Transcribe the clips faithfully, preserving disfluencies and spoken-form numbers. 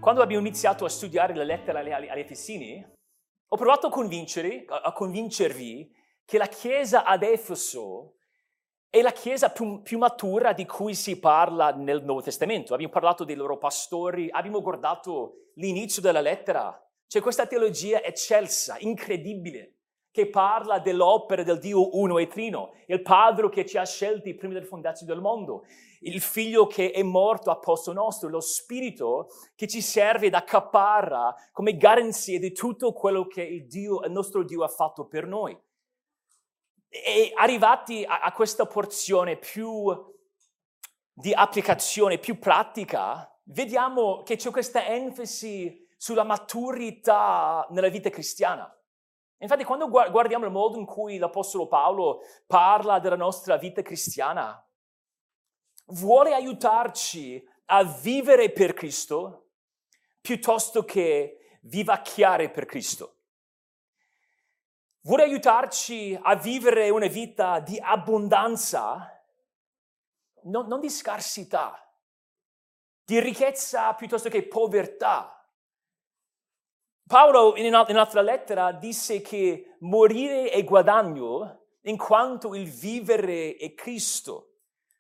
Quando abbiamo iniziato a studiare la lettera agli, agli Efesini, ho provato a, convincere, a convincervi che la Chiesa ad Efeso è la Chiesa più, più matura di cui si parla nel Nuovo Testamento. Abbiamo parlato dei loro pastori, abbiamo guardato l'inizio della lettera. C'è questa teologia eccelsa, incredibile, che parla dell'opera del Dio uno e trino, il Padre che ci ha scelti prima della fondazione del mondo, il Figlio che è morto a posto nostro, lo Spirito che ci serve da caparra come garanzia di tutto quello che il, Dio, il nostro Dio ha fatto per noi. E arrivati a, a questa porzione più di applicazione, più pratica, vediamo che c'è questa enfasi sulla maturità nella vita cristiana. Infatti, quando guardiamo il modo in cui l'Apostolo Paolo parla della nostra vita cristiana, vuole aiutarci a vivere per Cristo piuttosto che vivacchiare per Cristo. Vuole aiutarci a vivere una vita di abbondanza, non, non di scarsità, di ricchezza piuttosto che povertà. Paolo in un'altra lettera disse che morire è guadagno in quanto il vivere è Cristo.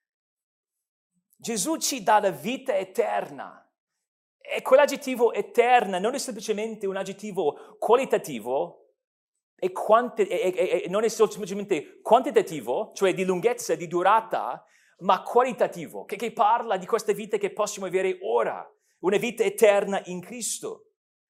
Gesù ci dà la vita eterna e quell'aggettivo eterna non è semplicemente un aggettivo qualitativo e, quanti- e, e, e non è semplicemente quantitativo, cioè di lunghezza, di durata, ma qualitativo, che, che parla di questa vita che possiamo avere ora, una vita eterna in Cristo.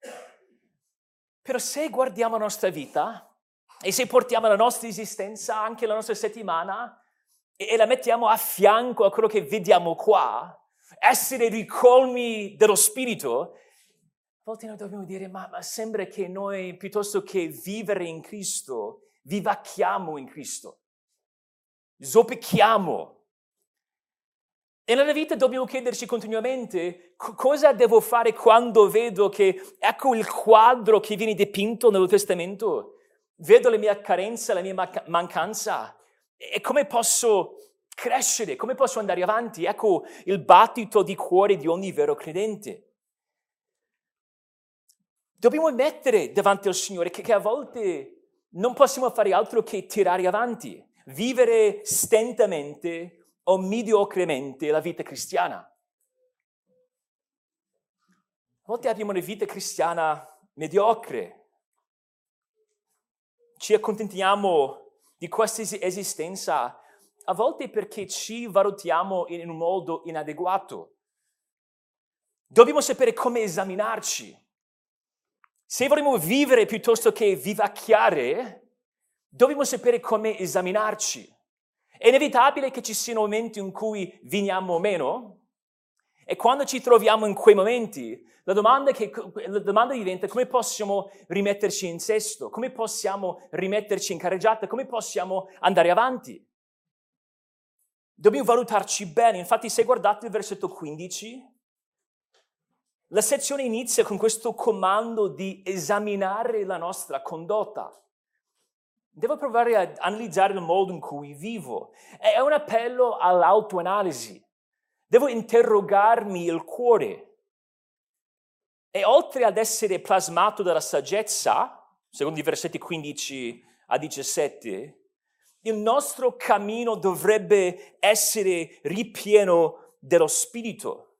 Però se guardiamo la nostra vita e se portiamo la nostra esistenza, anche la nostra settimana, e, e la mettiamo a fianco a quello che vediamo qua, essere ricolmi dello Spirito, a volte noi dobbiamo dire, ma, ma sembra che noi, piuttosto che vivere in Cristo, vivacchiamo in Cristo, zoppichiamo. E nella vita dobbiamo chiederci continuamente co- cosa devo fare quando vedo che ecco il quadro che viene dipinto nel Testamento, vedo la mia carenza, la mia ma- mancanza e come posso crescere, come posso andare avanti. Ecco il battito di cuore di ogni vero credente. Dobbiamo mettere davanti al Signore che, che a volte non possiamo fare altro che tirare avanti, vivere stentamente o mediocremente la vita cristiana. A volte abbiamo una vita cristiana mediocre. Ci accontentiamo di questa esistenza, a volte perché ci valutiamo in un modo inadeguato. Dobbiamo sapere come esaminarci. Se vogliamo vivere piuttosto che vivacchiare, dobbiamo sapere come esaminarci. È inevitabile che ci siano momenti in cui veniamo meno e quando ci troviamo in quei momenti la domanda, che, la domanda diventa come possiamo rimetterci in sesto, come possiamo rimetterci in carreggiata, come possiamo andare avanti. Dobbiamo valutarci bene. Infatti se guardate il versetto quindici, la sezione inizia con questo comando di esaminare la nostra condotta. Devo provare a analizzare il modo in cui vivo. È un appello all'autoanalisi. Devo interrogarmi il cuore. E oltre ad essere plasmato dalla saggezza, secondo i versetti quindici a diciassette, il nostro cammino dovrebbe essere ripieno dello Spirito.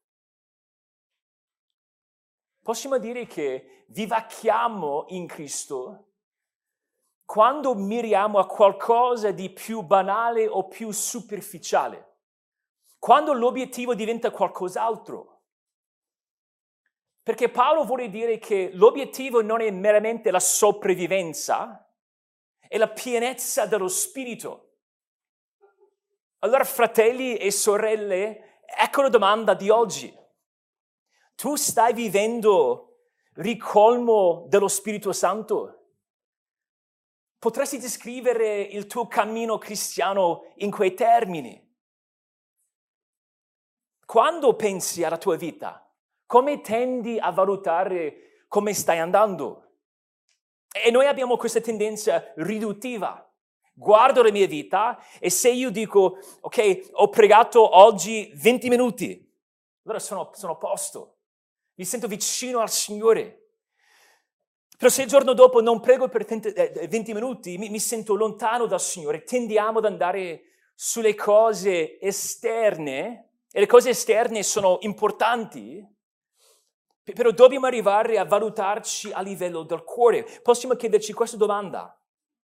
Possiamo dire che vivacchiamo in Cristo quando miriamo a qualcosa di più banale o più superficiale, quando l'obiettivo diventa qualcos'altro. Perché Paolo vuole dire che l'obiettivo non è meramente la sopravvivenza, è la pienezza dello Spirito. Allora, fratelli e sorelle, ecco la domanda di oggi. Tu stai vivendo ricolmo dello Spirito Santo? Potresti descrivere il tuo cammino cristiano in quei termini? Quando pensi alla tua vita, come tendi a valutare come stai andando? E noi abbiamo questa tendenza riduttiva. Guardo la mia vita e se io dico, ok, ho pregato oggi venti minuti, allora sono, sono a posto. mi sento vicino al Signore. Però se il giorno dopo non prego per venti minuti, mi, mi sento lontano dal Signore. Tendiamo ad andare sulle cose esterne, e le cose esterne sono importanti, però dobbiamo arrivare a valutarci a livello del cuore. Possiamo chiederci questa domanda.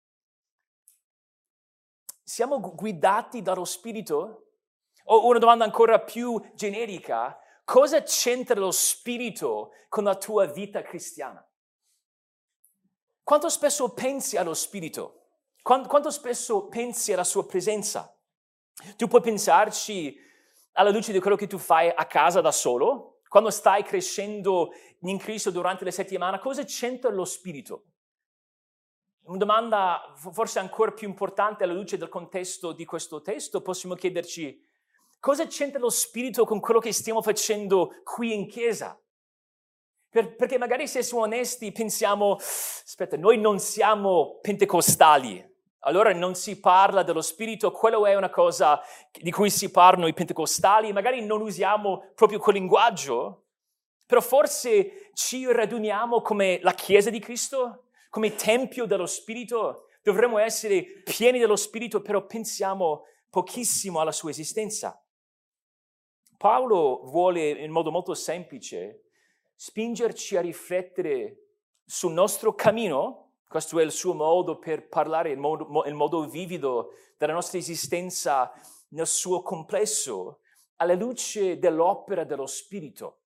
Siamo guidati dallo Spirito? O una domanda ancora più generica, cosa c'entra lo Spirito con la tua vita cristiana? Quanto spesso pensi allo Spirito? Quanto spesso pensi alla sua presenza? Tu puoi pensarci alla luce di quello che tu fai a casa da solo, quando stai crescendo in Cristo durante le settimane, cosa c'entra lo Spirito? Una domanda forse ancora più importante alla luce del contesto di questo testo, possiamo chiederci cosa c'entra lo Spirito con quello che stiamo facendo qui in chiesa? Per, perché magari se siamo onesti pensiamo, aspetta, noi non siamo pentecostali, allora non si parla dello Spirito, quello è una cosa di cui si parlano i pentecostali, magari non usiamo proprio quel linguaggio, però forse ci raduniamo come la Chiesa di Cristo, come Tempio dello Spirito, dovremmo essere pieni dello Spirito, però pensiamo pochissimo alla sua esistenza. Paolo vuole in modo molto semplice spingerci a riflettere sul nostro cammino, questo è il suo modo per parlare, il modo, il modo vivido della nostra esistenza nel suo complesso, alla luce dell'opera dello Spirito.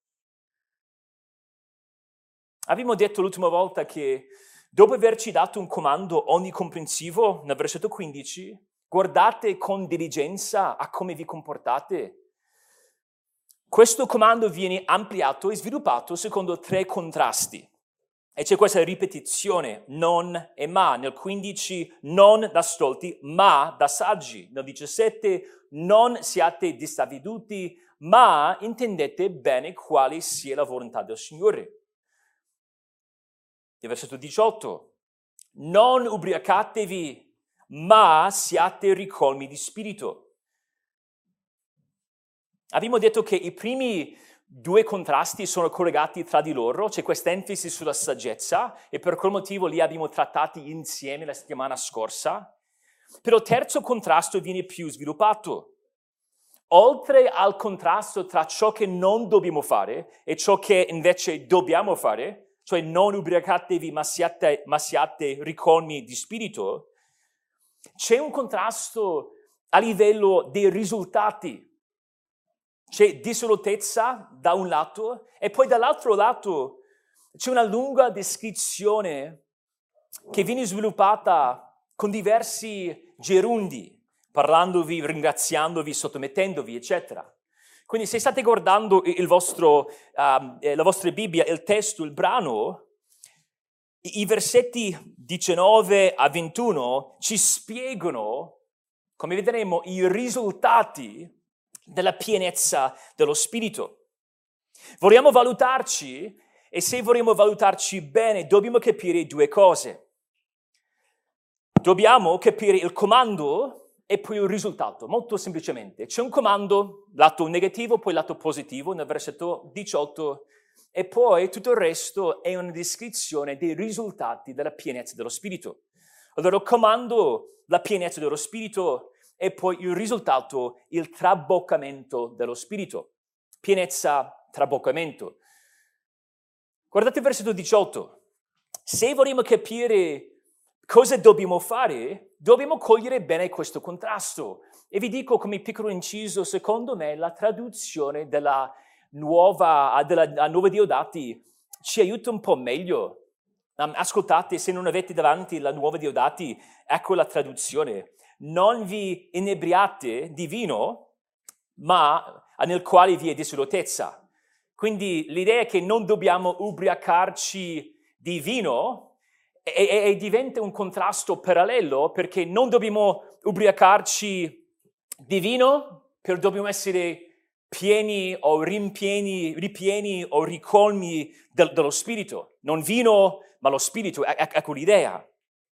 Abbiamo detto l'ultima volta che dopo averci dato un comando onnicomprensivo, nel versetto quindici, guardate con diligenza a come vi comportate. Questo comando viene ampliato e sviluppato secondo tre contrasti. E c'è questa ripetizione, non e ma. Nel quindici, non da stolti, ma da saggi. Nel diciassette, non siate disavveduti, ma intendete bene quale sia la volontà del Signore. Nel versetto diciotto, non ubriacatevi, ma siate ricolmi di spirito. Abbiamo detto che i primi due contrasti sono collegati tra di loro, c'è questa enfasi sulla saggezza e per quel motivo li abbiamo trattati insieme la settimana scorsa. Però il terzo contrasto viene più sviluppato. Oltre al contrasto tra ciò che non dobbiamo fare e ciò che invece dobbiamo fare, cioè non ubriacatevi ma siate, ma siate ricolmi di spirito, c'è un contrasto a livello dei risultati. C'è dissolutezza da un lato e poi dall'altro lato c'è una lunga descrizione che viene sviluppata con diversi gerundi, parlandovi, ringraziandovi, sottomettendovi, eccetera. Quindi se state guardando il vostro, um, la vostra Bibbia, il testo, il brano, i versetti diciannove a ventuno ci spiegano, come vedremo, i risultati della pienezza dello Spirito. Vogliamo valutarci e se vogliamo valutarci bene dobbiamo capire due cose. Dobbiamo capire il comando e poi il risultato, molto semplicemente. C'è un comando, lato negativo, poi lato positivo, nel versetto diciotto, e poi tutto il resto è una descrizione dei risultati della pienezza dello Spirito. Allora il comando, la pienezza dello Spirito, e poi il risultato, il traboccamento dello Spirito. Pienezza, traboccamento. Guardate il versetto diciotto. Se vogliamo capire cosa dobbiamo fare, dobbiamo cogliere bene questo contrasto. E vi dico come piccolo inciso, secondo me la traduzione della nuova, della nuova Diodati ci aiuta un po' meglio. Um, ascoltate, se non avete davanti la nuova Diodati, ecco la traduzione. Non vi inebriate di vino, ma nel quale vi è dissolutezza. Quindi l'idea è che non dobbiamo ubriacarci di vino e, e, e diventa un contrasto parallelo, perché non dobbiamo ubriacarci di vino, però dobbiamo essere pieni o rimpieni, ripieni o ricolmi del, dello Spirito. Non vino, ma lo Spirito, ecco l'idea.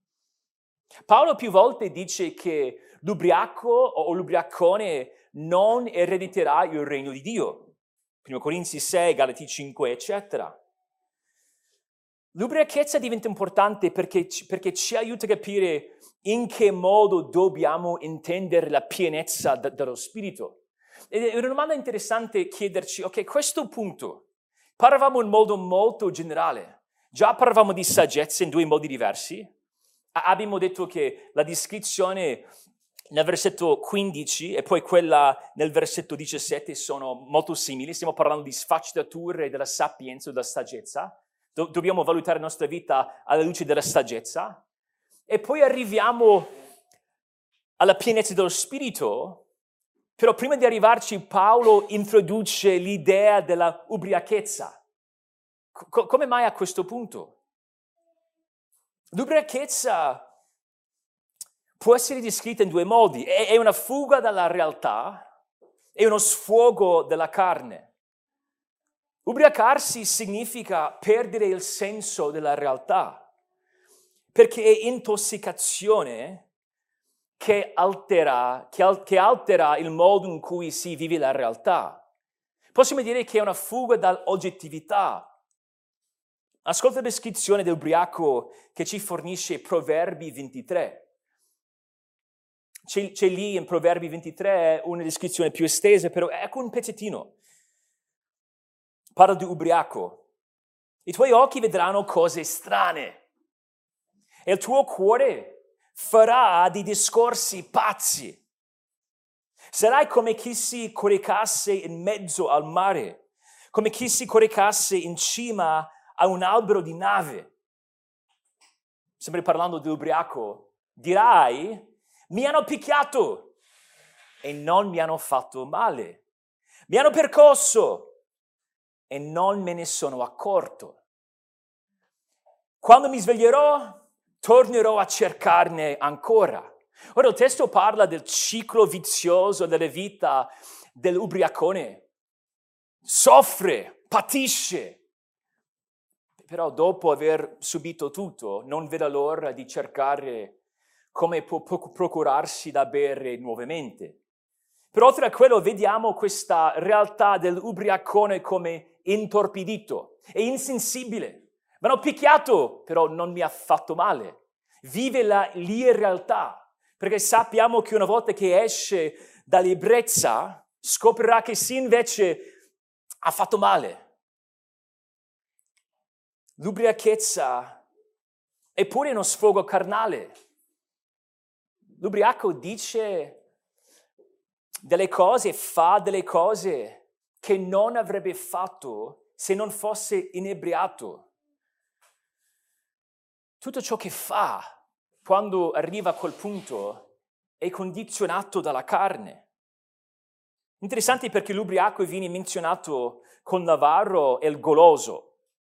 Paolo più volte dice che l'ubriaco o l'ubriacone non erediterà il regno di Dio. Primo Corinzi sei, Galati cinque, eccetera. L'ubriachezza diventa importante perché, perché ci aiuta a capire in che modo dobbiamo intendere la pienezza de- dello Spirito. Ed è una domanda interessante chiederci, ok, questo punto, parlavamo in modo molto generale, già parlavamo di saggezza in due modi diversi, A- abbiamo detto che la descrizione nel versetto quindici e poi quella nel versetto diciassette sono molto simili, stiamo parlando di sfaccettature della sapienza o della saggezza. Do- dobbiamo valutare la nostra vita alla luce della saggezza e poi arriviamo alla pienezza dello Spirito, però prima di arrivarci Paolo introduce l'idea della ubriachezza. Co- come mai a questo punto? L'ubriachezza può essere descritta in due modi, è, è una fuga dalla realtà e uno sfogo della carne. Ubriacarsi significa perdere il senso della realtà, perché è intossicazione che altera, che, al, che altera il modo in cui si vive la realtà. Possiamo dire che è una fuga dall'oggettività. Ascolta la descrizione dell'ubriaco che ci fornisce Proverbi ventitré. C'è, c'è lì in Proverbi ventitré una descrizione più estesa, però ecco un pezzettino. Parla di ubriaco. I tuoi occhi vedranno cose strane e il tuo cuore farà di discorsi pazzi. Sarai come chi si coricasse in mezzo al mare, come chi si coricasse in cima a un albero di nave. Sempre parlando di ubriaco, dirai, mi hanno picchiato e non mi hanno fatto male. Mi hanno percosso e non me ne sono accorto. Quando mi sveglierò, tornerò a cercarne ancora. Ora il testo parla del ciclo vizioso della vita dell'ubriacone. Soffre, patisce, però dopo aver subito tutto non vede l'ora di cercare come può procurarsi da bere nuovamente. Però oltre a quello vediamo questa realtà dell'ubriacone come intorpidito e insensibile. Mi hanno picchiato, però non mi ha fatto male. Vive la, l'irrealtà, perché sappiamo che una volta che esce dall'ebbrezza scoprirà che sì invece ha fatto male. L'ubriachezza è pure uno sfogo carnale. L'ubriaco dice delle cose, fa delle cose che non avrebbe fatto se non fosse inebriato. Tutto ciò che fa quando arriva a quel punto è condizionato dalla carne. Interessante perché l'ubriaco viene menzionato con l'avaro e il goloso.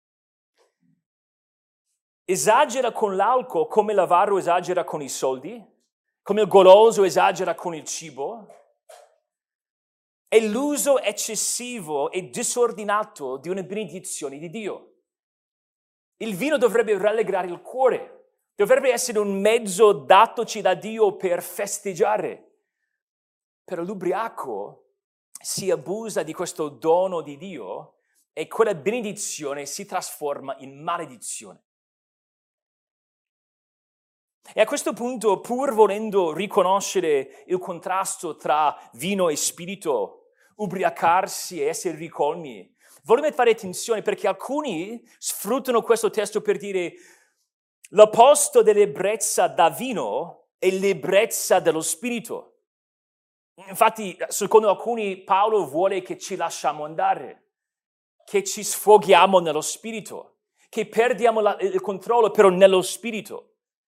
Esagera con l'alcol come l'avaro esagera con i soldi, come il goloso esagera con il cibo. È l'uso eccessivo e disordinato di una benedizione di Dio. Il vino dovrebbe rallegrare il cuore, dovrebbe essere un mezzo datoci da Dio per festeggiare. Però l'ubriaco si abusa di questo dono di Dio e quella benedizione si trasforma in maledizione. E a questo punto, pur volendo riconoscere il contrasto tra vino e spirito, ubriacarsi e essere ricolmi, voglio fare attenzione perché alcuni sfruttano questo testo per dire l'opposto dell'ebbrezza da vino è l'ebbrezza dello spirito. Infatti, secondo alcuni, Paolo vuole che ci lasciamo andare, che ci sfoghiamo nello spirito, che perdiamo la, il controllo però nello spirito.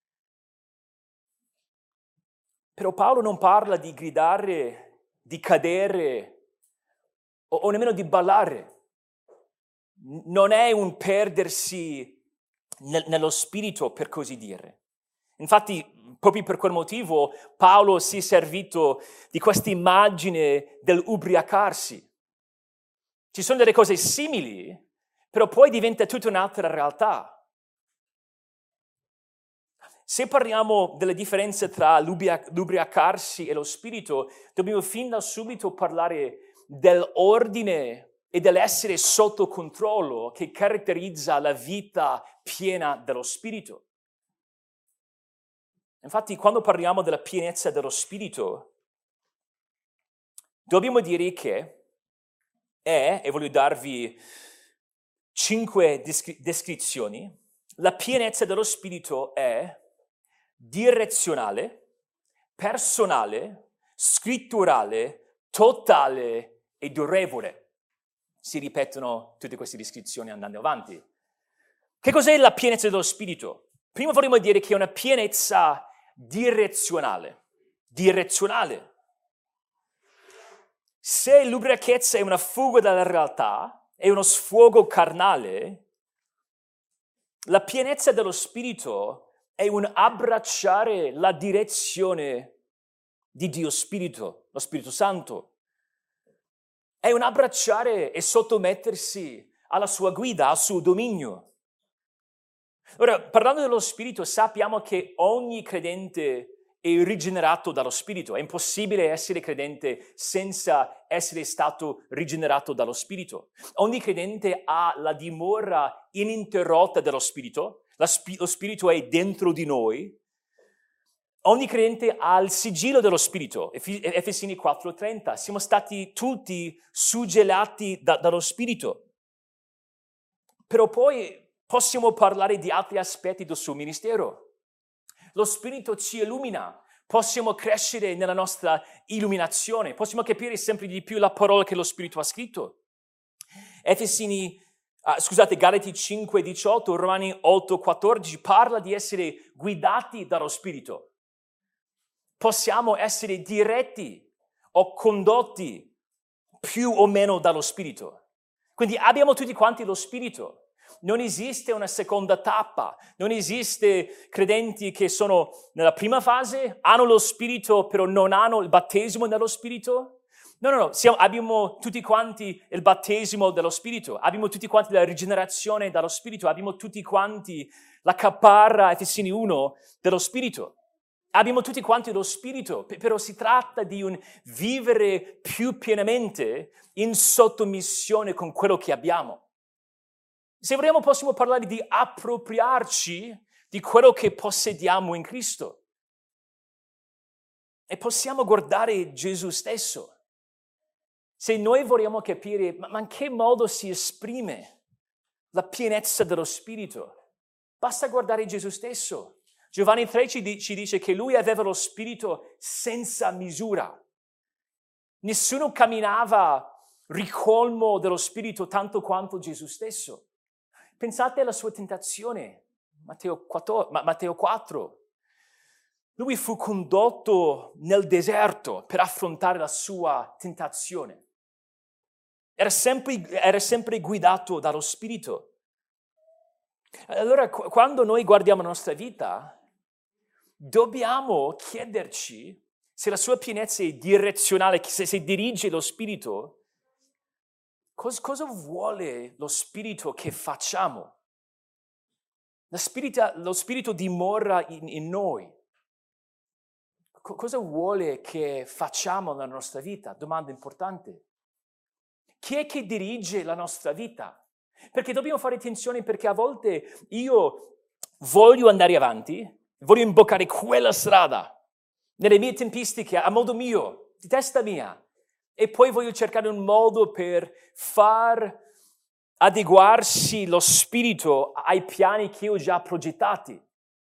Però Paolo non parla di gridare, di cadere o, o nemmeno di ballare. Non è un perdersi nel, nello spirito, per così dire. Infatti, proprio per quel motivo, Paolo si è servito di questa immagine dell'ubriacarsi. Ci sono delle cose simili, però poi diventa tutta un'altra realtà. Se parliamo della differenza tra l'ubriacarsi e lo spirito, dobbiamo fin da subito parlare dell'ordine e dell'essere sotto controllo che caratterizza la vita piena dello Spirito. Infatti, quando parliamo della pienezza dello Spirito, dobbiamo dire che è, e voglio darvi cinque descri- descrizioni, la pienezza dello Spirito è direzionale, personale, scritturale, totale e durevole. Si ripetono tutte queste descrizioni andando avanti. Che cos'è la pienezza dello Spirito? Prima vorremmo dire che è una pienezza direzionale. Direzionale. Se l'ubriachezza è una fuga dalla realtà, è uno sfogo carnale, la pienezza dello Spirito è un abbracciare la direzione di Dio Spirito, lo Spirito Santo. È un abbracciare e sottomettersi alla sua guida, al suo dominio. Ora, parlando dello Spirito, sappiamo che ogni credente è rigenerato dallo Spirito. È impossibile essere credente senza essere stato rigenerato dallo Spirito. Ogni credente ha la dimora ininterrotta dello Spirito. La spi- lo Spirito è dentro di noi. Ogni credente ha il sigillo dello Spirito, Efesini quattro trenta. Siamo stati tutti suggellati da, dallo Spirito. Però poi possiamo parlare di altri aspetti del suo ministero. Lo Spirito ci illumina, possiamo crescere nella nostra illuminazione, possiamo capire sempre di più la parola che lo Spirito ha scritto. Efesini, uh, scusate, Galati cinque diciotto, Romani otto quattordici parla di essere guidati dallo Spirito. Possiamo essere diretti o condotti più o meno dallo Spirito. Quindi abbiamo tutti quanti lo Spirito. Non esiste una seconda tappa, non esiste credenti che sono nella prima fase, hanno lo Spirito però non hanno il battesimo nello Spirito. No, no, no, siamo, abbiamo tutti quanti il battesimo dello Spirito, abbiamo tutti quanti la rigenerazione dallo Spirito, abbiamo tutti quanti la caparra, Efesini uno, dello Spirito. Abbiamo tutti quanti lo Spirito, però si tratta di un vivere più pienamente in sottomissione con quello che abbiamo. Se vogliamo possiamo parlare di appropriarci di quello che possediamo in Cristo. E possiamo guardare Gesù stesso. Se noi vogliamo capire, ma in che modo si esprime la pienezza dello Spirito, basta guardare Gesù stesso. Giovanni tre ci dice che lui aveva lo Spirito senza misura. Nessuno camminava ricolmo dello Spirito tanto quanto Gesù stesso. Pensate alla sua tentazione, Matteo quattro. Lui fu condotto nel deserto per affrontare la sua tentazione. Era sempre, era sempre guidato dallo Spirito. Allora, quando noi guardiamo la nostra vita, dobbiamo chiederci se la sua pienezza è direzionale, se, se dirige lo Spirito, cos, cosa vuole lo Spirito che facciamo? Lo Spirito, lo Spirito dimora in, in noi. Co, cosa vuole che facciamo nella nostra vita? Domanda importante. Chi è che dirige la nostra vita? Perché dobbiamo fare attenzione, perché a volte io voglio andare avanti, voglio imboccare quella strada, nelle mie tempistiche, a modo mio, di testa mia, e poi voglio cercare un modo per far adeguarsi lo Spirito ai piani che ho già progettati,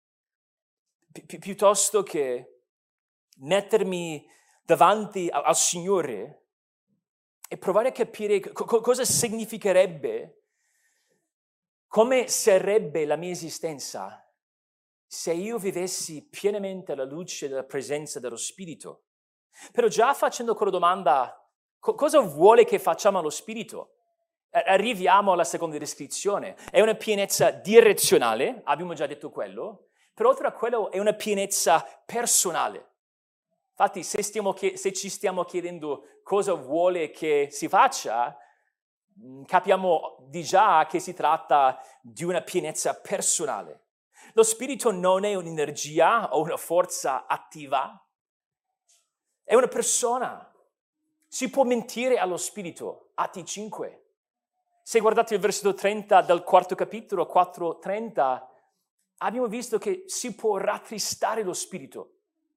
Pi- piuttosto che mettermi davanti al Signore e provare a capire co- cosa significherebbe, come sarebbe la mia esistenza se io vivessi pienamente alla luce della presenza dello Spirito. Però già facendo quella domanda, co- cosa vuole che facciamo allo Spirito? Arriviamo alla seconda descrizione. È una pienezza direzionale, abbiamo già detto quello, però oltre a quello è una pienezza personale. Infatti, se, stiamo, se ci stiamo chiedendo cosa vuole che si faccia, capiamo di già che si tratta di una pienezza personale. Lo Spirito non è un'energia o una forza attiva, è una persona. Si può mentire allo Spirito, Atti cinque. Se guardate il versetto trenta del quarto capitolo, quattro trenta, abbiamo visto che si può rattristare lo spirito.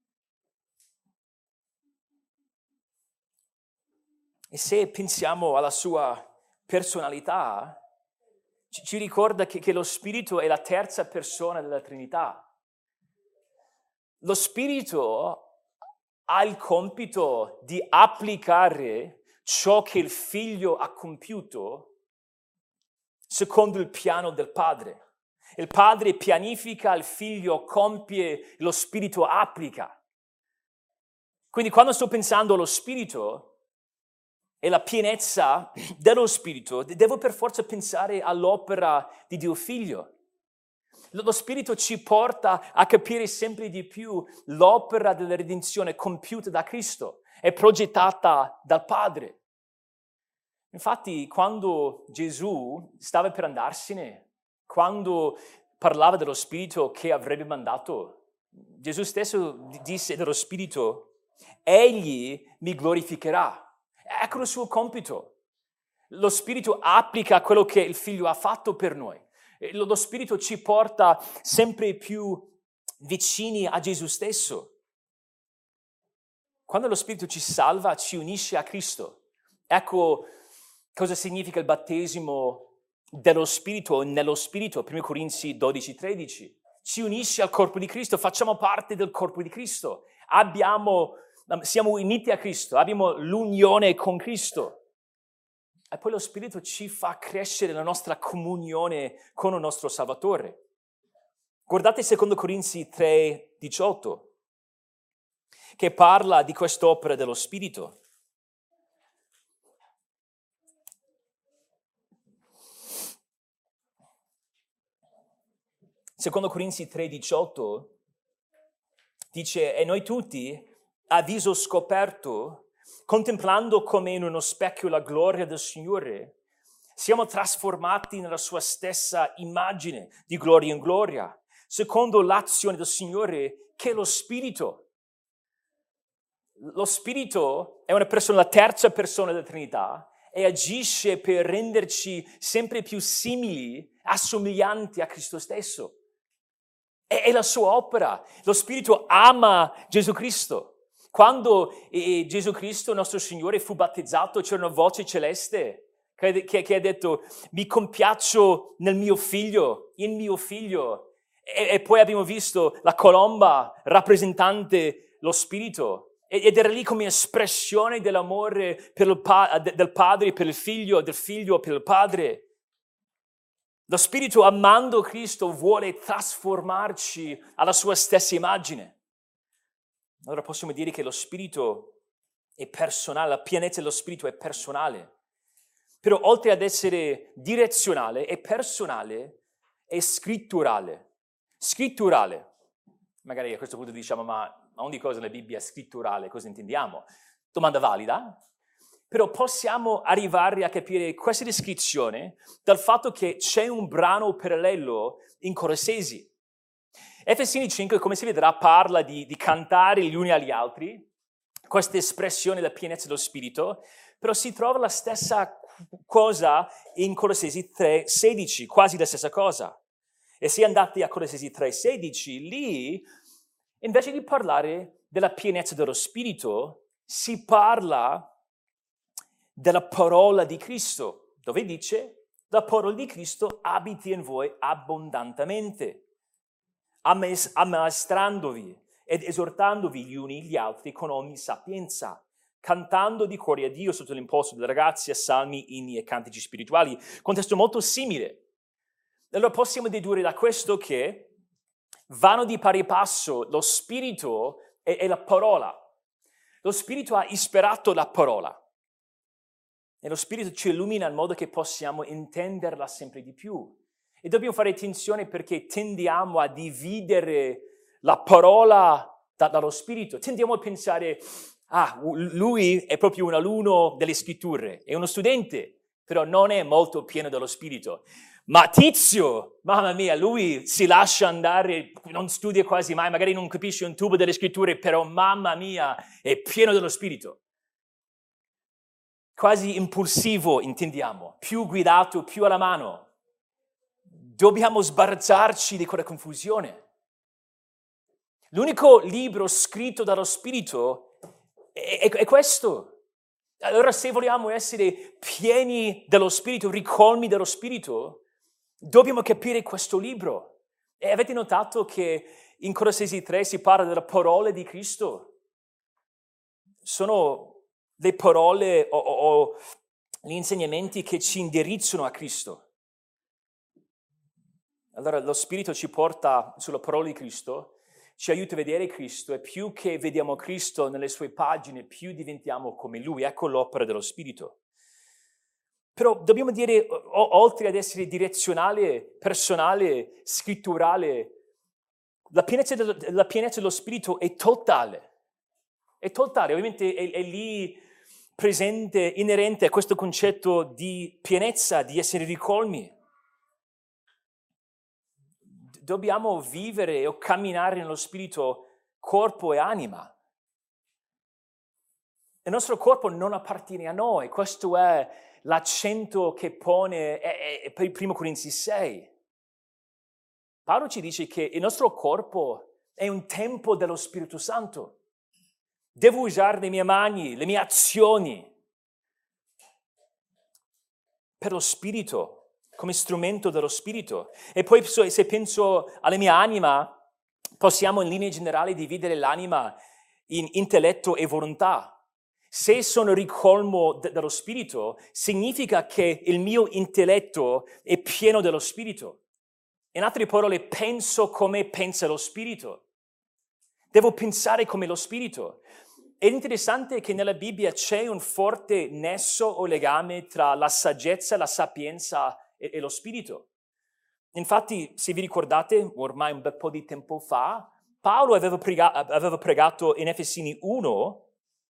E se pensiamo alla sua personalità, ci, ci ricorda che, che lo spirito è la terza persona della Trinità. Lo spirito ha il compito di applicare ciò che il figlio ha compiuto secondo il piano del padre. Il padre pianifica, il figlio compie, lo spirito applica. Quindi quando sto pensando allo spirito e la pienezza dello spirito, devo per forza pensare all'opera di Dio Figlio. Lo spirito ci porta a capire sempre di più l'opera della redenzione compiuta da Cristo e progettata dal Padre. Infatti, quando Gesù stava per andarsene, quando parlava dello Spirito che avrebbe mandato, Gesù stesso disse dello Spirito: egli mi glorificherà. Ecco il suo compito. Lo Spirito applica quello che il Figlio ha fatto per noi. Lo Spirito ci porta sempre più vicini a Gesù stesso. Quando lo Spirito ci salva, ci unisce a Cristo. Ecco cosa significa il battesimo dello Spirito o nello Spirito, primo Corinzi dodici tredici. Ci unisce al corpo di Cristo, facciamo parte del corpo di Cristo. Abbiamo, siamo uniti a Cristo, abbiamo l'unione con Cristo. E poi lo Spirito ci fa crescere la nostra comunione con il nostro Salvatore. Guardate secondo Corinzi tre diciotto, che parla di quest'opera dello Spirito. Secondo Corinzi tre diciotto dice: e noi tutti, a viso scoperto, contemplando come in uno specchio la gloria del Signore, siamo trasformati nella sua stessa immagine, di gloria in gloria, secondo l'azione del Signore che è lo Spirito. Lo Spirito è una persona, la terza persona della Trinità, e agisce per renderci sempre più simili, assomiglianti a Cristo stesso. È, è la sua opera. Lo Spirito ama Gesù Cristo. Quando eh, Gesù Cristo, nostro Signore, fu battezzato, c'era una voce celeste che, che, che ha detto: mi compiaccio nel mio figlio, in mio figlio. E, e poi abbiamo visto la colomba rappresentante lo Spirito. Ed era lì come espressione dell'amore per il pa- del Padre per il Figlio, del Figlio per il Padre. Lo Spirito, amando Cristo, vuole trasformarci alla sua stessa immagine. Allora possiamo dire che lo Spirito è personale, la pienezza dello Spirito è personale. Però oltre ad essere direzionale, è personale e scritturale. Scritturale. Magari a questo punto diciamo: ma ogni cosa nella Bibbia è scritturale, cosa intendiamo? Domanda valida. Però possiamo arrivare a capire questa descrizione dal fatto che c'è un brano parallelo in Colossesi. Efesini cinque, come si vedrà, parla di, di cantare gli uni agli altri, questa espressione della pienezza dello Spirito, però si trova la stessa cosa in Colossesi tre sedici, quasi la stessa cosa. E se andate a Colossesi tre sedici, lì, invece di parlare della pienezza dello Spirito, si parla della parola di Cristo, dove dice: la parola di Cristo abiti in voi abbondantemente, ammaestrandovi ed esortandovi gli uni gli altri con ogni sapienza, cantando di cuore a Dio sotto l'imposto della grazia, salmi, inni e cantici spirituali. Contesto molto simile. Allora possiamo dedurre da questo che vanno di pari passo lo Spirito e, e la parola. Lo Spirito ha ispirato la parola e lo Spirito ci illumina in modo che possiamo intenderla sempre di più. E dobbiamo fare attenzione perché tendiamo a dividere la parola da, dallo Spirito. Tendiamo a pensare: ah, lui è proprio un alunno delle scritture, è uno studente, però non è molto pieno dello Spirito. Ma Tizio, mamma mia, lui si lascia andare, non studia quasi mai, magari non capisce un tubo delle scritture, però mamma mia, è pieno dello Spirito. quasi impulsivo, intendiamo, più guidato, più alla mano. Dobbiamo sbarazzarci di quella confusione. L'unico libro scritto dallo Spirito è, è, è questo. Allora, se vogliamo essere pieni dello Spirito, ricolmi dello Spirito, dobbiamo capire questo libro. E avete notato che in Colossesi tre si parla delle parole di Cristo? Sono le parole o, o, o gli insegnamenti che ci indirizzano a Cristo. Allora lo Spirito ci porta sulla parola di Cristo, ci aiuta a vedere Cristo e più che vediamo Cristo nelle sue pagine, più diventiamo come Lui. Ecco l'opera dello Spirito. Però dobbiamo dire, o, oltre ad essere direzionale, personale, scritturale, la pienezza, dello, la pienezza dello Spirito è totale. È totale, ovviamente è, è lì presente, inerente a questo concetto di pienezza, di essere ricolmi. Dobbiamo vivere o camminare nello Spirito corpo e anima. Il nostro corpo non appartiene a noi, questo è l'accento che pone per il primo Corinzi sei. Paolo ci dice che il nostro corpo è un tempio dello Spirito Santo. Devo usare le mie mani, le mie azioni per lo Spirito, come strumento dello Spirito. E poi se penso alla mia anima, possiamo in linea generale dividere l'anima in intelletto e volontà. Se sono ricolmo de- dello Spirito, significa che il mio intelletto è pieno dello Spirito. In altre parole, penso come pensa lo Spirito. Devo pensare come lo Spirito. È interessante che nella Bibbia c'è un forte nesso o legame tra la saggezza, la sapienza e, e lo Spirito. Infatti, se vi ricordate, ormai un bel po' di tempo fa, Paolo aveva, prega- aveva pregato in Efesini uno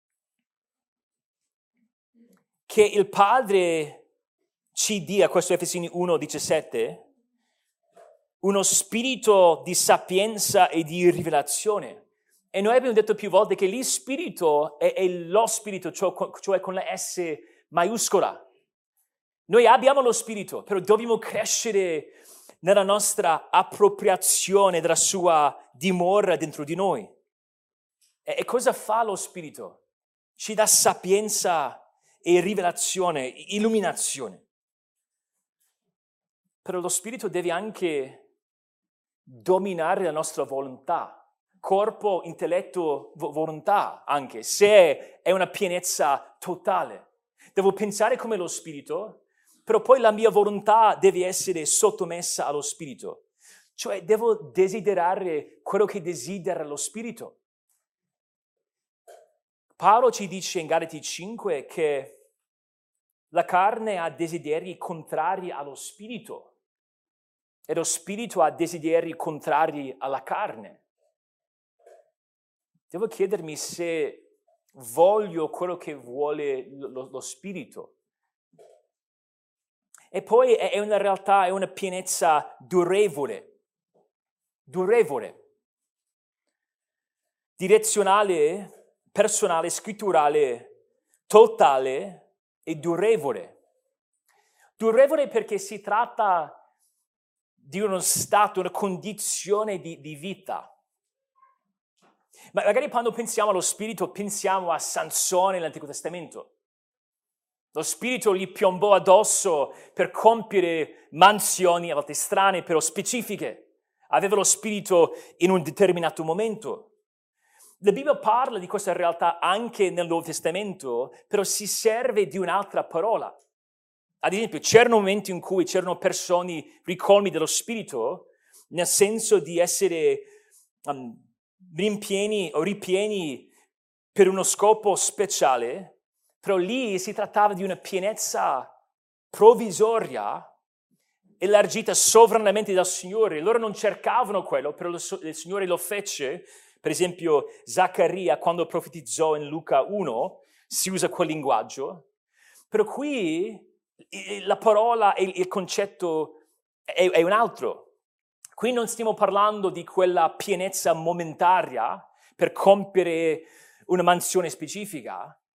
che il Padre ci dia, questo Efesini uno diciassette, uno spirito di sapienza e di rivelazione. E noi abbiamo detto più volte che lì spirito è, è lo spirito, cioè, cioè con la S maiuscola. Noi abbiamo lo spirito, però dobbiamo crescere nella nostra appropriazione della sua dimora dentro di noi. E, e cosa fa lo spirito? Ci dà sapienza e rivelazione, illuminazione. Però lo spirito deve anche dominare la nostra volontà. Corpo, intelletto, volontà anche, se è una pienezza totale. Devo pensare come lo Spirito, però poi la mia volontà deve essere sottomessa allo Spirito. Cioè devo desiderare quello che desidera lo Spirito. Paolo ci dice in Galati cinque che la carne ha desideri contrari allo Spirito e lo Spirito ha desideri contrari alla carne. Devo chiedermi se voglio quello che vuole lo, lo Spirito. E poi è una realtà, è una pienezza durevole, durevole, direzionale, personale, scritturale, totale e durevole. Durevole perché si tratta di uno stato, una condizione di, di vita. Ma magari quando pensiamo allo Spirito pensiamo a Sansone nell'Antico Testamento. Lo Spirito gli piombò addosso per compiere mansioni, a volte strane, però specifiche. Aveva lo Spirito in un determinato momento. La Bibbia parla di questa realtà anche nel Nuovo Testamento, però si serve di un'altra parola. Ad esempio, c'erano momenti in cui c'erano persone ricolmi dello Spirito, nel senso di essere um, rimpieni o ripieni per uno scopo speciale, però lì si trattava di una pienezza provvisoria, elargita sovranamente dal Signore. Loro non cercavano quello, però il Signore lo fece. Per esempio, Zaccaria, quando profetizzò in Luca uno, si usa quel linguaggio. Però qui la parola e il concetto è, è un altro. Qui non stiamo parlando di quella pienezza momentaria per compiere una mansione specifica,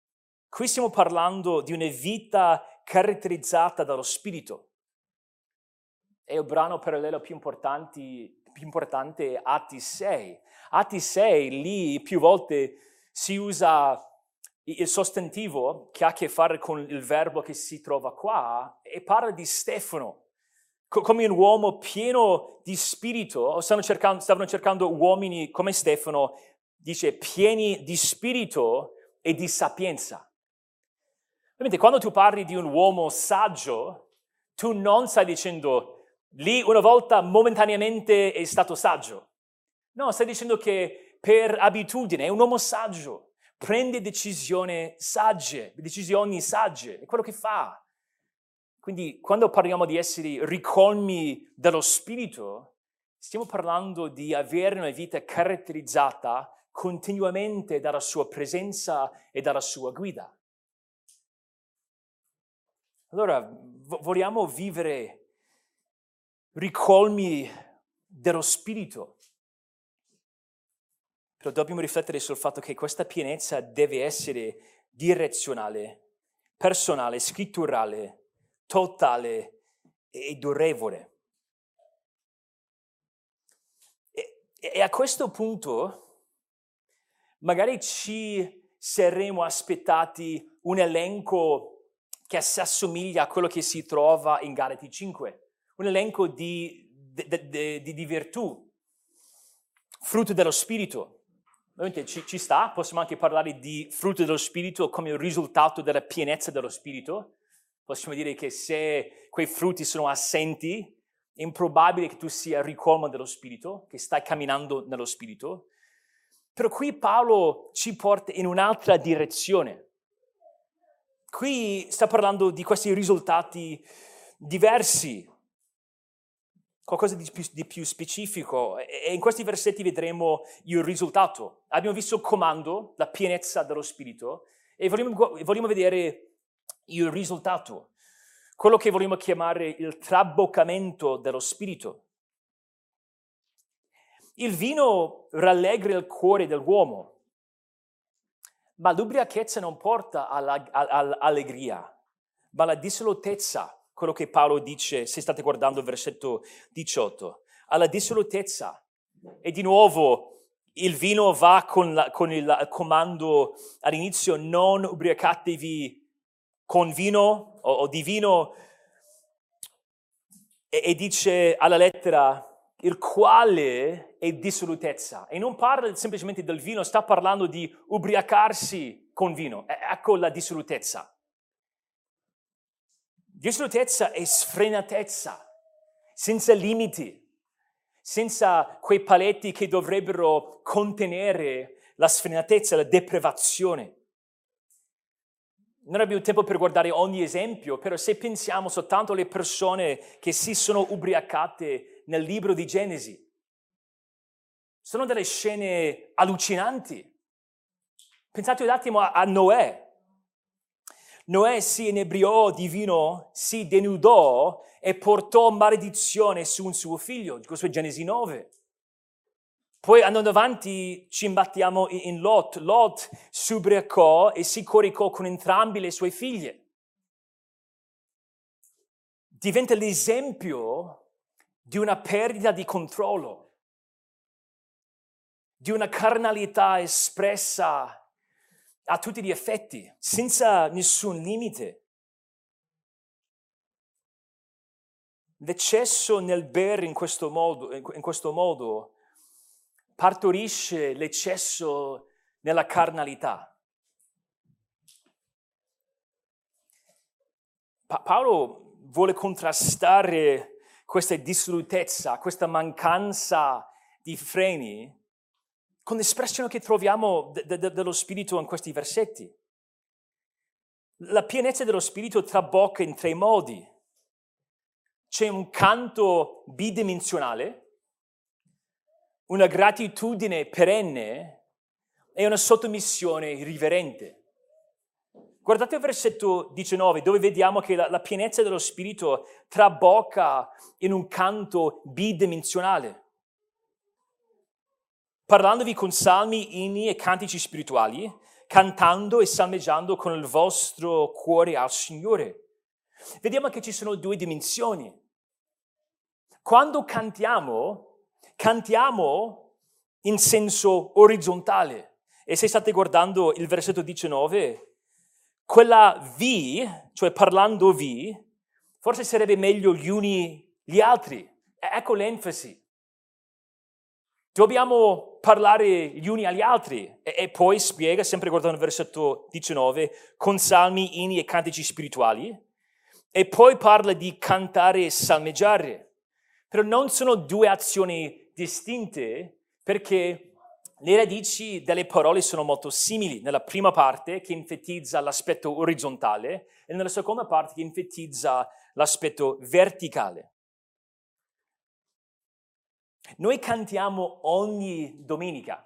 Qui stiamo parlando di una vita caratterizzata dallo Spirito. È il brano parallelo più, importanti, più importante è Atti sei. Atti sei, lì più volte si usa il sostantivo che ha a che fare con il verbo che si trova qua e parla di Stefano come un uomo pieno di spirito. Stavano cercando, stavano cercando uomini come Stefano, dice pieni di spirito e di sapienza. Ovviamente quando tu parli di un uomo saggio, tu non stai dicendo lì una volta momentaneamente è stato saggio. No, stai dicendo che per abitudine è un uomo saggio, prende decisioni sagge, decisioni sagge, è quello che fa. Quindi quando parliamo di essere ricolmi dello Spirito, stiamo parlando di avere una vita caratterizzata continuamente dalla sua presenza e dalla sua guida. Allora, v- vogliamo vivere ricolmi dello Spirito, però dobbiamo riflettere sul fatto che questa pienezza deve essere direzionale, personale, scritturale, totale e durevole. E, e a questo punto magari ci saremmo aspettati un elenco che si assomiglia a quello che si trova in Galati cinque, un elenco di, di, di, di, di virtù, frutto dello Spirito. Ovviamente ci, ci sta, possiamo anche parlare di frutto dello Spirito come il risultato della pienezza dello Spirito. Possiamo dire che se quei frutti sono assenti, è improbabile che tu sia ricolmo dello Spirito, che stai camminando nello Spirito. Però qui Paolo ci porta in un'altra direzione. Qui sta parlando di questi risultati diversi, qualcosa di più, di più specifico, e in questi versetti vedremo il risultato. Abbiamo visto il comando, la pienezza dello Spirito, e vogliamo, vogliamo vedere il risultato, quello che vogliamo chiamare il traboccamento dello Spirito. Il vino rallegra il cuore dell'uomo, ma l'ubriachezza non porta alla, all'allegria, ma alla dissolutezza. Quello che Paolo dice, se state guardando il versetto diciotto, alla dissolutezza. E di nuovo il vino va con, la, con il comando all'inizio, non ubriacatevi con vino o, o di vino, e, e dice alla lettera, il quale è dissolutezza. E non parla semplicemente del vino, sta parlando di ubriacarsi con vino. E, ecco la dissolutezza. Dissolutezza è sfrenatezza, senza limiti, senza quei paletti che dovrebbero contenere la sfrenatezza, la deprivazione. Non abbiamo tempo per guardare ogni esempio, però se pensiamo soltanto alle persone che si sono ubriacate nel libro di Genesi, sono delle scene allucinanti. Pensate un attimo a, a Noè. Noè si inebriò di vino, si denudò e portò maledizione su un suo figlio. Questo è Genesi nove. Poi andando avanti ci imbattiamo in Lot. Lot si ubriacò e si coricò con entrambi le sue figlie. Diventa l'esempio di una perdita di controllo, di una carnalità espressa a tutti gli effetti, senza nessun limite. L'eccesso nel bere in questo modo, in questo modo partorisce l'eccesso nella carnalità. Pa- Paolo vuole contrastare questa dissolutezza, questa mancanza di freni, con l'espressione che troviamo de- de- dello Spirito in questi versetti. La pienezza dello Spirito trabocca in tre modi. C'è un canto bidimensionale, una gratitudine perenne e una sottomissione riverente. Guardate il versetto diciannove, dove vediamo che la, la pienezza dello Spirito trabocca in un canto bidimensionale. Parlandovi con salmi, inni e cantici spirituali cantando e salmeggiando con il vostro cuore al Signore. Vediamo che ci sono due dimensioni. Quando cantiamo, cantiamo in senso orizzontale. E se state guardando il versetto diciannove, quella vi, cioè parlando vi, forse sarebbe meglio gli uni gli altri. Ecco l'enfasi. Dobbiamo parlare gli uni agli altri. E, e poi spiega, sempre guardando il versetto diciannove, con salmi, inni e cantici spirituali. E poi parla di cantare e salmeggiare. Però non sono due azioni distinte, perché le radici delle parole sono molto simili. Nella prima parte, che enfatizza l'aspetto orizzontale, e nella seconda parte, che enfatizza l'aspetto verticale. Noi cantiamo ogni domenica.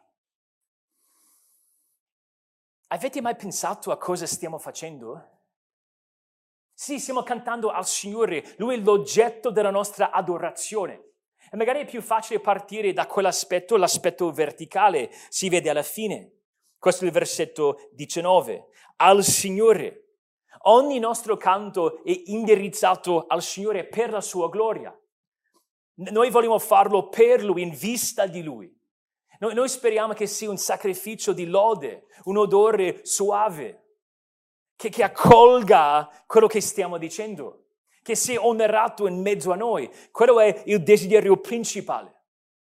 Avete mai pensato a cosa stiamo facendo? Sì, stiamo cantando al Signore. Lui è l'oggetto della nostra adorazione. E magari è più facile partire da quell'aspetto, l'aspetto verticale, si vede alla fine. Questo è il versetto diciannove. Al Signore. Ogni nostro canto è indirizzato al Signore per la sua gloria. Noi vogliamo farlo per Lui, in vista di Lui. Noi, noi speriamo che sia un sacrificio di lode, un odore suave, che, che accolga quello che stiamo dicendo, che sia onerato in mezzo a noi. Quello è il desiderio principale.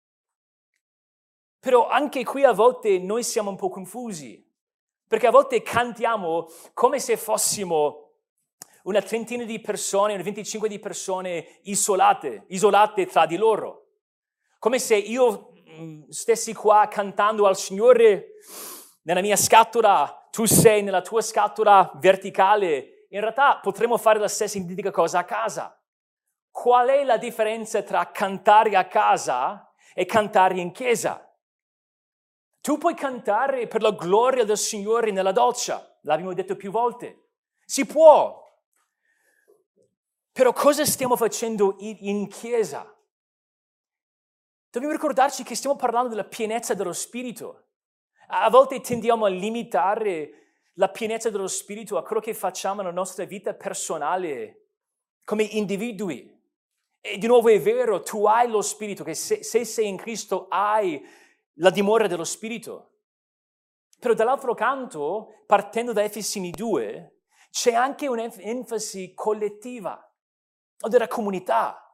Però anche qui a volte noi siamo un po' confusi, perché a volte cantiamo come se fossimo una trentina di persone, una venticinque di persone isolate, isolate tra di loro. Come se io mh, stessi qua cantando al Signore nella mia scatola, tu sei nella tua scatola verticale. In realtà potremmo fare la stessa identica cosa a casa. Qual è la differenza tra cantare a casa e cantare in chiesa? Tu puoi cantare per la gloria del Signore nella doccia, l'abbiamo detto più volte. Si può. Però cosa stiamo facendo in, in chiesa? Dobbiamo ricordarci che stiamo parlando della pienezza dello Spirito. A volte tendiamo a limitare la pienezza dello Spirito a quello che facciamo nella nostra vita personale come individui. E di nuovo è vero, tu hai lo Spirito, che se, se sei in Cristo hai la dimora dello Spirito. Però dall'altro canto, partendo da Efesini due, c'è anche un'enfasi collettiva o della comunità.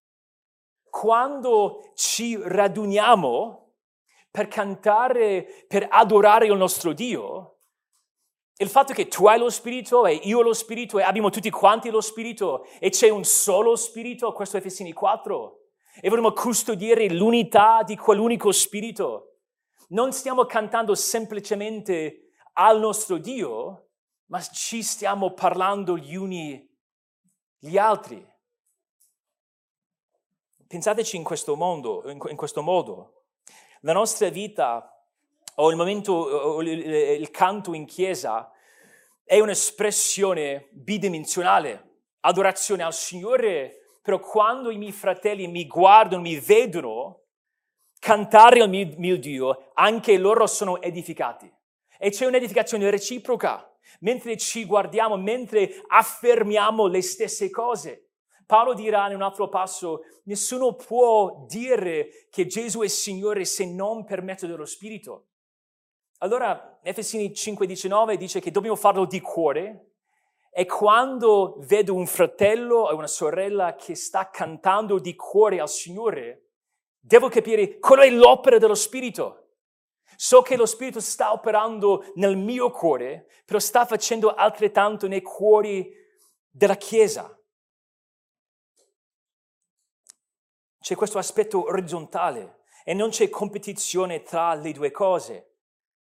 Quando ci raduniamo per cantare, per adorare il nostro Dio, il fatto che tu hai lo Spirito e io ho lo Spirito e abbiamo tutti quanti lo Spirito e c'è un solo Spirito, questo è Efesini quattro, e vogliamo custodire l'unità di quell'unico Spirito. Non stiamo cantando semplicemente al nostro Dio, ma ci stiamo parlando gli uni gli altri. Pensateci in questo mondo, in questo modo. La nostra vita, o il momento, o il canto in chiesa, è un'espressione bidimensionale, adorazione al Signore, però quando i miei fratelli mi guardano, mi vedono cantare al mio, mio Dio, anche loro sono edificati. E c'è un'edificazione reciproca, mentre ci guardiamo, mentre affermiamo le stesse cose. Paolo dirà in un altro passo, nessuno può dire che Gesù è Signore se non per mezzo dello Spirito. Allora, Efesini cinque diciannove dice che dobbiamo farlo di cuore e quando vedo un fratello o una sorella che sta cantando di cuore al Signore, devo capire qual è l'opera dello Spirito. So che lo Spirito sta operando nel mio cuore, però sta facendo altrettanto nei cuori della Chiesa. C'è questo aspetto orizzontale e non c'è competizione tra le due cose.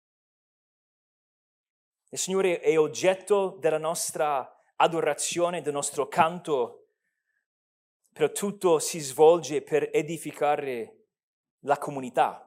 Il Signore è oggetto della nostra adorazione, del nostro canto, però tutto si svolge per edificare la comunità.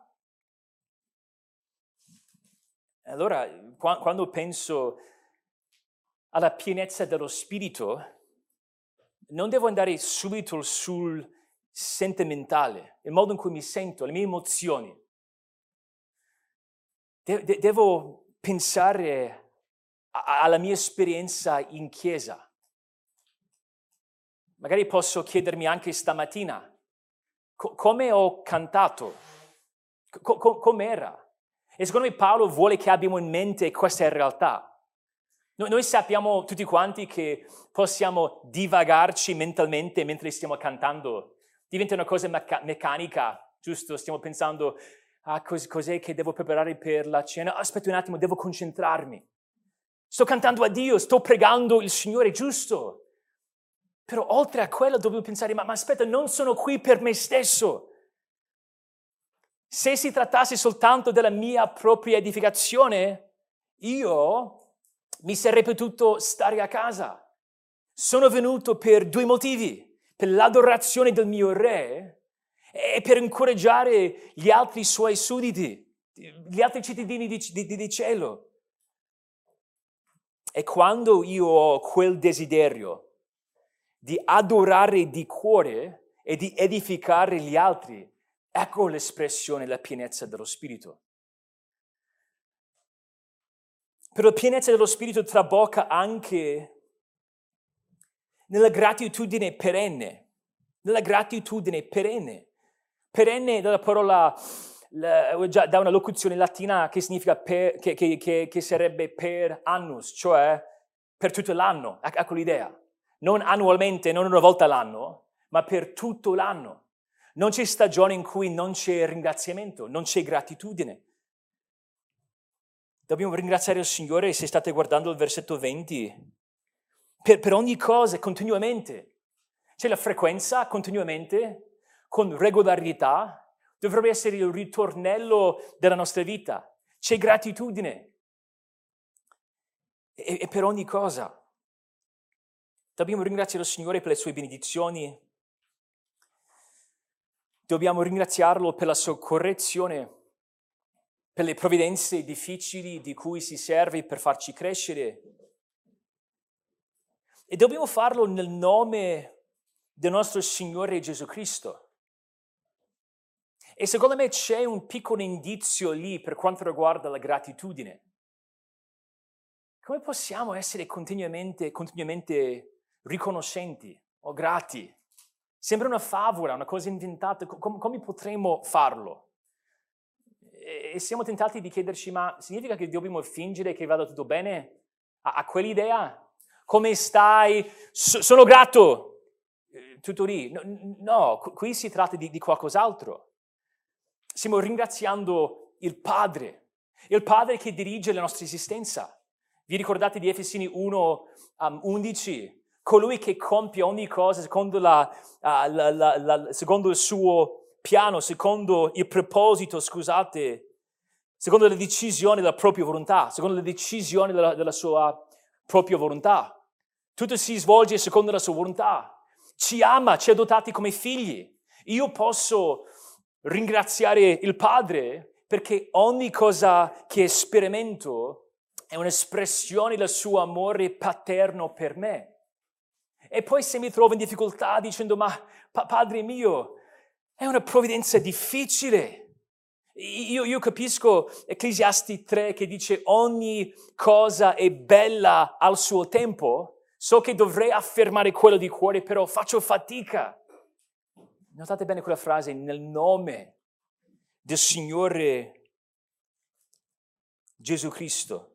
Allora, quando penso alla pienezza dello Spirito, non devo andare subito sul sentimentale, il modo in cui mi sento, le mie emozioni. De- de- devo pensare a- alla mia esperienza in chiesa. Magari posso chiedermi anche stamattina co- come ho cantato, co- co- com'era. E secondo me Paolo vuole che abbiamo in mente questa realtà. Noi, noi sappiamo tutti quanti che possiamo divagarci mentalmente mentre stiamo cantando. Diventa una cosa mecca- meccanica, giusto? Stiamo pensando, ah, cos- cos'è che devo preparare per la cena? Aspetta un attimo, devo concentrarmi. Sto cantando a Dio, sto pregando il Signore, giusto? Però oltre a quello dobbiamo pensare, ma, ma aspetta, non sono qui per me stesso. Se si trattasse soltanto della mia propria edificazione, io mi sarei potuto stare a casa. Sono venuto per due motivi: per l'adorazione del mio re e per incoraggiare gli altri suoi sudditi, gli altri cittadini di, di, di cielo. E quando io ho quel desiderio di adorare di cuore e di edificare gli altri, ecco l'espressione della pienezza dello Spirito. Però la pienezza dello Spirito trabocca anche nella gratitudine perenne, nella gratitudine perenne. Perenne dalla parola, la, già, da una locuzione latina che significa per, che, che, che, che sarebbe per annus, cioè per tutto l'anno, ecco l'idea. Non annualmente, non una volta all'anno, ma per tutto l'anno. Non c'è stagione in cui non c'è ringraziamento, non c'è gratitudine. Dobbiamo ringraziare il Signore, se state guardando il versetto venti, per, per ogni cosa, continuamente. C'è la frequenza, continuamente, con regolarità, dovrebbe essere il ritornello della nostra vita. C'è gratitudine. E, e per ogni cosa. Dobbiamo ringraziare il Signore per le sue benedizioni. Dobbiamo ringraziarlo per la sua correzione, per le provvidenze difficili di cui si serve per farci crescere. E dobbiamo farlo nel nome del nostro Signore Gesù Cristo. E secondo me c'è un piccolo indizio lì per quanto riguarda la gratitudine. Come possiamo essere continuamente, continuamente riconoscenti o grati? Sembra una favola, una cosa inventata. Com- come potremmo farlo? E siamo tentati di chiederci, ma significa che dobbiamo fingere che vada tutto bene? A, a quell'idea? Come stai? So, sono grato! Tutto lì. No, no, qui si tratta di, di qualcos'altro. Stiamo ringraziando il Padre, il Padre che dirige la nostra esistenza. Vi ricordate di Efesini uno undici? Colui che compie ogni cosa secondo, la, uh, la, la, la, secondo il suo piano, secondo il proposito, scusate, secondo la decisione della propria volontà, secondo la decisione della, della sua propria volontà. Tutto si svolge secondo la sua volontà. Ci ama, ci ha dotati come figli. Io posso ringraziare il Padre perché ogni cosa che sperimento è un'espressione del suo amore paterno per me. E poi se mi trovo in difficoltà dicendo, ma pa- Padre mio, è una provvidenza difficile. Io, io capisco Ecclesiasti tre che dice ogni cosa è bella al suo tempo. So che dovrei affermare quello di cuore, però faccio fatica. Notate bene quella frase, nel nome del Signore Gesù Cristo.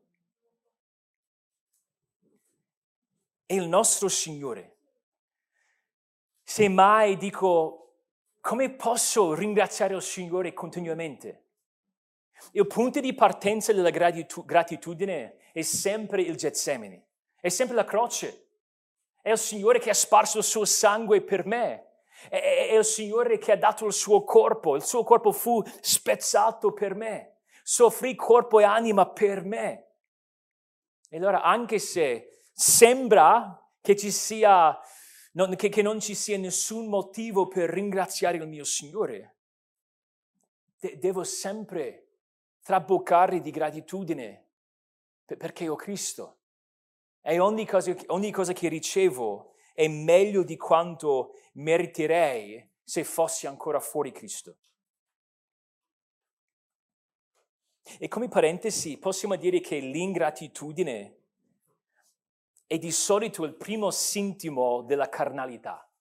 È il nostro Signore. Se mai dico, come posso ringraziare il Signore continuamente? Il punto di partenza della gratitudine è sempre il Getsemani, è sempre la croce. È il Signore che ha sparso il suo sangue per me. È, è il Signore che ha dato il suo corpo. Il suo corpo fu spezzato per me. Soffrì corpo e anima per me. E allora, anche se sembra che ci sia, non, che, che non ci sia nessun motivo per ringraziare il mio Signore, de- devo sempre traboccare di gratitudine perché ho Cristo. E ogni cosa, ogni cosa che ricevo è meglio di quanto meriterei se fossi ancora fuori Cristo. E come parentesi possiamo dire che l'ingratitudine è di solito il primo sintomo della carnalità.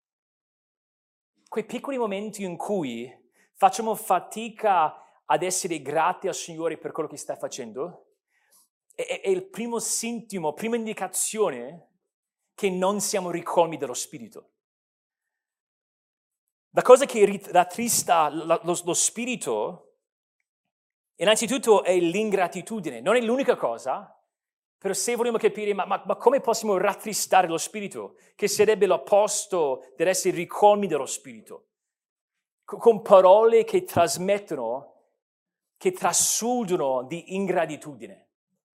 Quei piccoli momenti in cui facciamo fatica ad essere grati al Signore per quello che sta facendo, è, è il primo sintomo, prima indicazione che non siamo ricolmi dello Spirito. La cosa che rattrista lo, lo, lo Spirito, innanzitutto, è l'ingratitudine. Non è l'unica cosa, però se vogliamo capire, ma, ma, ma come possiamo rattristare lo Spirito, che sarebbe l'opposto dell'essere ricolmi dello Spirito, con parole che trasmettono, che trasudono di ingratitudine.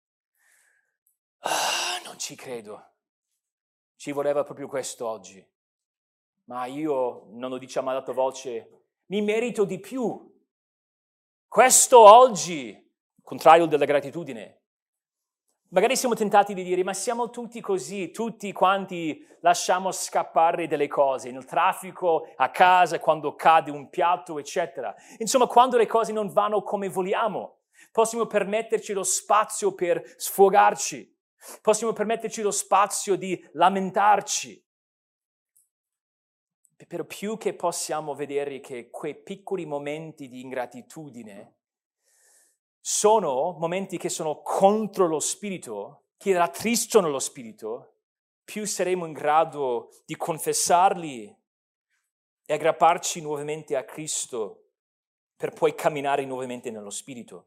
Ah, non ci credo. Ci voleva proprio questo oggi. Ma io, non lo diciamo ad alta voce, mi merito di più. Questo oggi, contrario della gratitudine. Magari siamo tentati di dire, ma siamo tutti così, tutti quanti lasciamo scappare delle cose, nel traffico, a casa, quando cade un piatto, eccetera. Insomma, quando le cose non vanno come vogliamo, possiamo permetterci lo spazio per sfogarci, possiamo permetterci lo spazio di lamentarci. Però più che possiamo vedere che quei piccoli momenti di ingratitudine sono momenti che sono contro lo Spirito, che rattristano lo Spirito, più saremo in grado di confessarli e aggrapparci nuovamente a Cristo per poi camminare nuovamente nello Spirito.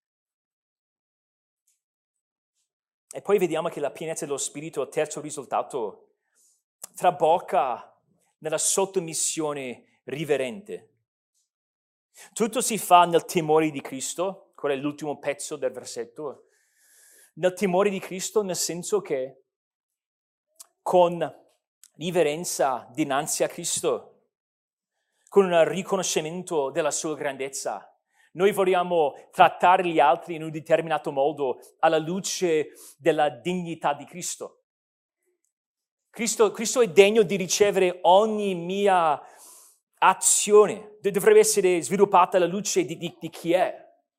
E poi vediamo che la pienezza dello Spirito, terzo risultato, trabocca nella sottomissione riverente. Tutto si fa nel timore di Cristo, quello è l'ultimo pezzo del versetto, nel timore di Cristo nel senso che con riverenza dinanzi a Cristo, con un riconoscimento della sua grandezza, noi vogliamo trattare gli altri in un determinato modo alla luce della dignità di Cristo. Cristo, Cristo è degno di ricevere ogni mia azione, dovrebbe essere sviluppata alla luce di, di, di chi è.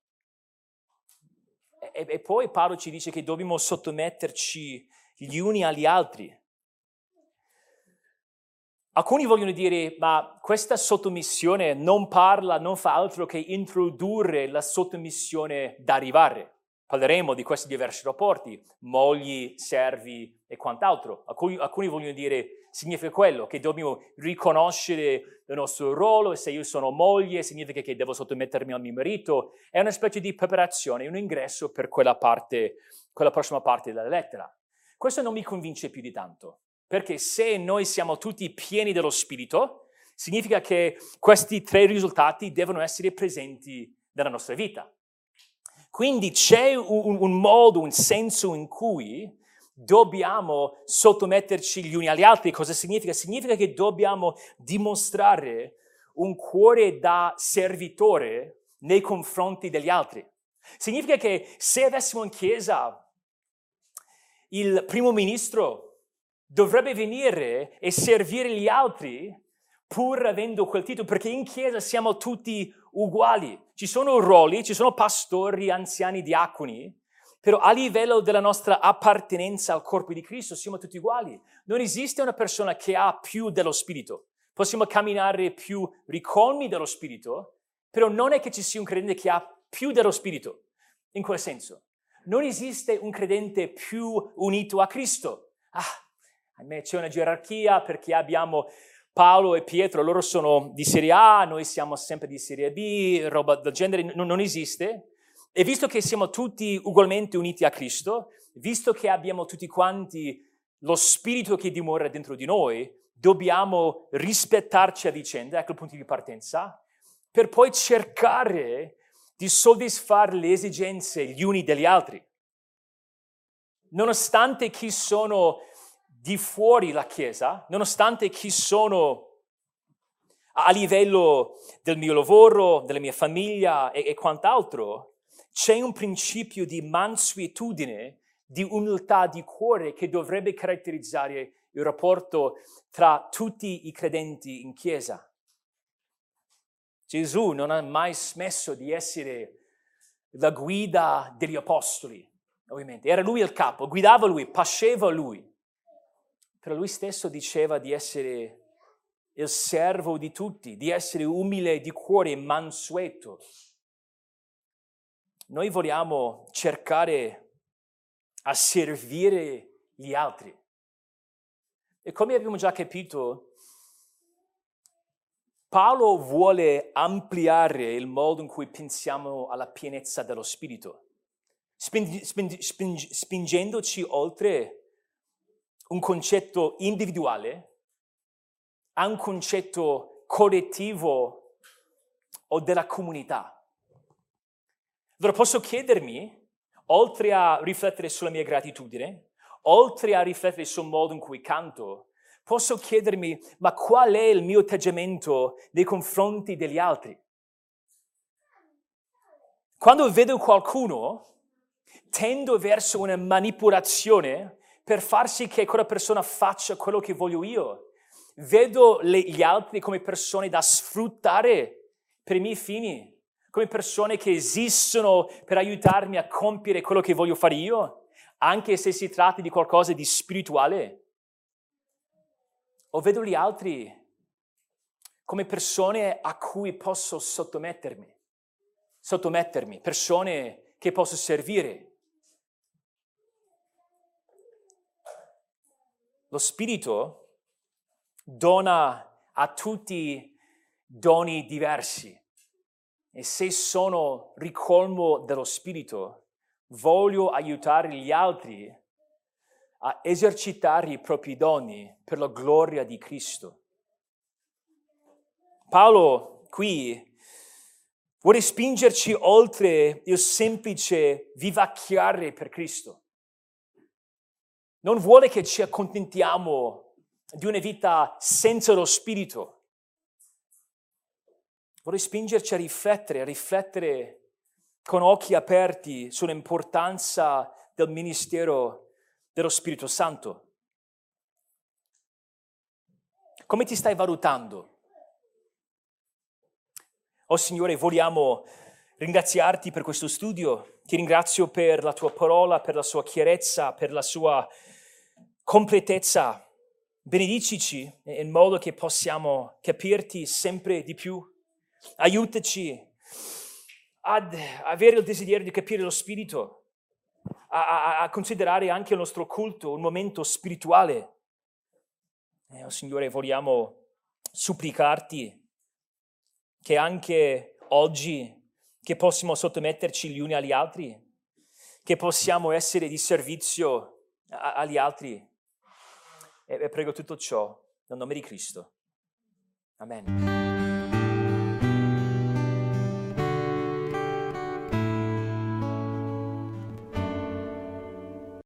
E, e poi Paolo ci dice che dobbiamo sottometterci gli uni agli altri. Alcuni vogliono dire, ma questa sottomissione non parla, non fa altro che introdurre la sottomissione da arrivare. Parleremo di questi diversi rapporti, mogli, servi e quant'altro. Alcuni, alcuni vogliono dire, significa quello, che dobbiamo riconoscere il nostro ruolo, e se io sono moglie significa che devo sottomettermi al mio marito. È una specie di preparazione, un ingresso per quella parte, quella prossima parte della lettera. Questo non mi convince più di tanto, perché se noi siamo tutti pieni dello Spirito, significa che questi tre risultati devono essere presenti nella nostra vita. Quindi c'è un, un modo, un senso in cui dobbiamo sottometterci gli uni agli altri. Cosa significa? Significa che dobbiamo dimostrare un cuore da servitore nei confronti degli altri. Significa che se avessimo in chiesa il primo ministro dovrebbe venire e servire gli altri pur avendo quel titolo, perché in chiesa siamo tutti uguali. Ci sono ruoli, ci sono pastori, anziani, diaconi, però a livello della nostra appartenenza al corpo di Cristo siamo tutti uguali. Non esiste una persona che ha più dello Spirito. Possiamo camminare più ricolmi dello Spirito, però non è che ci sia un credente che ha più dello Spirito, in quel senso. Non esiste un credente più unito a Cristo. Ah, ahimè, c'è una gerarchia perché abbiamo Paolo e Pietro, loro sono di serie A, noi siamo sempre di serie B, roba del genere, non, non esiste. E visto che siamo tutti ugualmente uniti a Cristo, visto che abbiamo tutti quanti lo Spirito che dimora dentro di noi, dobbiamo rispettarci a vicenda, ecco il punto di partenza, per poi cercare di soddisfare le esigenze gli uni degli altri. Nonostante chi sono di fuori la Chiesa, nonostante chi sono a livello del mio lavoro, della mia famiglia e, e quant'altro, c'è un principio di mansuetudine, di umiltà di cuore che dovrebbe caratterizzare il rapporto tra tutti i credenti in Chiesa. Gesù non ha mai smesso di essere la guida degli apostoli, ovviamente. Era lui il capo, guidava lui, pasceva lui. Però lui stesso diceva di essere il servo di tutti, di essere umile di cuore e mansueto. Noi vogliamo cercare a servire gli altri. E come abbiamo già capito, Paolo vuole ampliare il modo in cui pensiamo alla pienezza dello Spirito, sping- sping- sping- spingendoci oltre un concetto individuale a un concetto collettivo o della comunità. Allora posso chiedermi, oltre a riflettere sulla mia gratitudine, oltre a riflettere sul modo in cui canto, posso chiedermi, ma qual è il mio atteggiamento nei confronti degli altri? Quando vedo qualcuno, tendo verso una manipolazione per far sì che quella persona faccia quello che voglio io. Vedo le, gli altri come persone da sfruttare per i miei fini, come persone che esistono per aiutarmi a compiere quello che voglio fare io, anche se si tratta di qualcosa di spirituale. O vedo gli altri come persone a cui posso sottomettermi, sottomettermi, persone che posso servire. Lo Spirito dona a tutti doni diversi e se sono ricolmo dello Spirito, voglio aiutare gli altri a esercitare i propri doni per la gloria di Cristo. Paolo qui vuole spingerci oltre il semplice vivacchiare per Cristo. Non vuole che ci accontentiamo di una vita senza lo Spirito. Vuole spingerci a riflettere, a riflettere con occhi aperti sull'importanza del ministero dello Spirito Santo. Come ti stai valutando? Oh Signore, vogliamo ringraziarti per questo studio. Ti ringrazio per la tua parola, per la sua chiarezza, per la sua completezza. Benedicici in modo che possiamo capirti sempre di più. Aiutaci ad avere il desiderio di capire lo Spirito, a, a, a considerare anche il nostro culto un momento spirituale. Eh, oh Signore, vogliamo supplicarti che anche oggi che possiamo sottometterci gli uni agli altri, che possiamo essere di servizio a, agli altri. E prego tutto ciò nel nome di Cristo. Amen.